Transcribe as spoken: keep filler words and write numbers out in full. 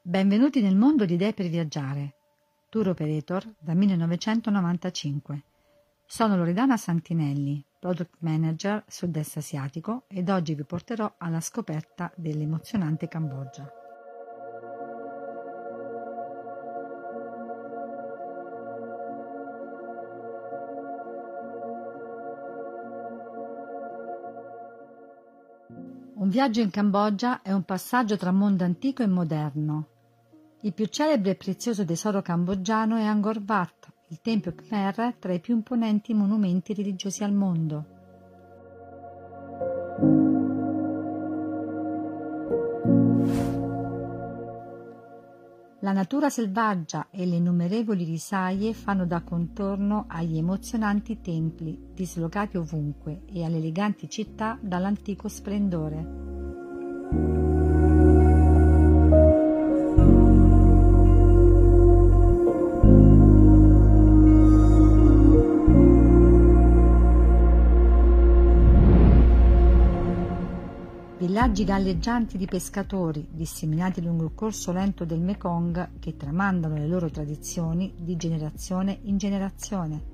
Benvenuti nel mondo di idee per viaggiare. Tour Operator da millenovecentonovantacinque. Sono Loredana Santinelli, Product Manager Sud-Est Asiatico, ed oggi vi porterò alla scoperta dell'emozionante Cambogia. Un viaggio in Cambogia è un passaggio tra mondo antico e moderno. Il più celebre e prezioso tesoro cambogiano è Angkor Wat, il tempio Khmer tra i più imponenti monumenti religiosi al mondo. La natura selvaggia e le innumerevoli risaie fanno da contorno agli emozionanti templi dislocati ovunque e alle eleganti città dall'antico splendore. Villaggi galleggianti di pescatori, disseminati lungo il corso lento del Mekong, che tramandano le loro tradizioni di generazione in generazione.